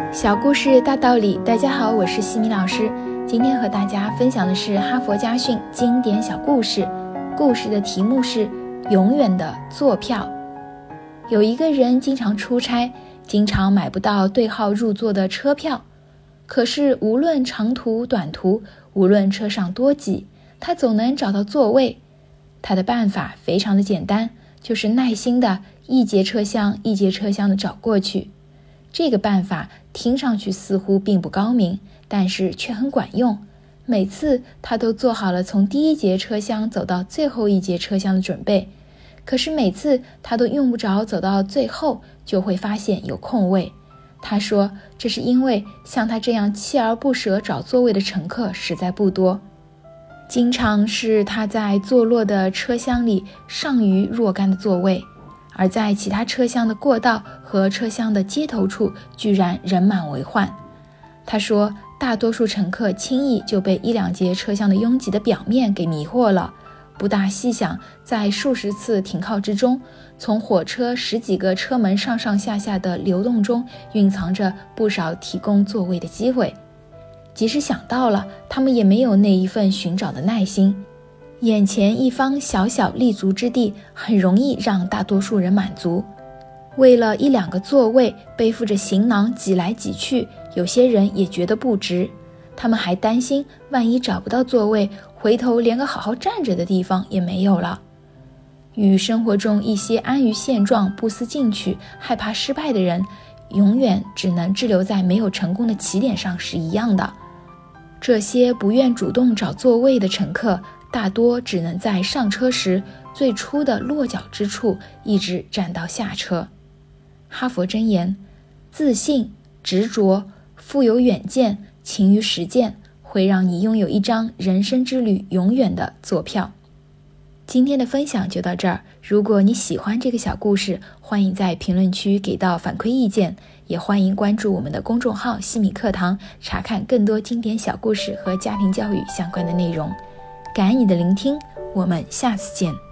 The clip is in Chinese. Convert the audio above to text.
小故事大道理，大家好，我是西米老师。今天和大家分享的是哈佛家训经典小故事，故事的题目是永远的坐票。有一个人经常出差，经常买不到对号入座的车票，可是无论长途短途，无论车上多挤，他总能找到座位。他的办法非常的简单，就是耐心的一节车厢一节车厢的找过去。这个办法听上去似乎并不高明，但是却很管用。每次他都做好了从第一节车厢走到最后一节车厢的准备，可是每次他都用不着走到最后，就会发现有空位。他说，这是因为像他这样锲而不舍找座位的乘客实在不多，经常是他在坐落的车厢里剩余若干的座位，而在其他车厢的过道和车厢的接头处居然人满为患。他说，大多数乘客轻易就被一两节车厢的拥挤的表面给迷惑了，不大细想，在数十次停靠之中，从火车十几个车门上上下下的流动中蕴藏着不少提供座位的机会。即使想到了，他们也没有那一份寻找的耐心。眼前一方小小立足之地，很容易让大多数人满足。为了一两个座位，背负着行囊挤来挤去，有些人也觉得不值。他们还担心，万一找不到座位，回头连个好好站着的地方也没有了。与生活中一些安于现状、不思进取、害怕失败的人，永远只能滞留在没有成功的起点上是一样的。这些不愿主动找座位的乘客，大多只能在上车时最初的落脚之处一直站到下车。哈佛箴言：自信、执着、富有远见、勤于实践，会让你拥有一张人生之旅永远的坐票。今天的分享就到这儿，如果你喜欢这个小故事，欢迎在评论区给到反馈意见，也欢迎关注我们的公众号西米课堂，查看更多经典小故事和家庭教育相关的内容。感恩你的聆听，我们下次见。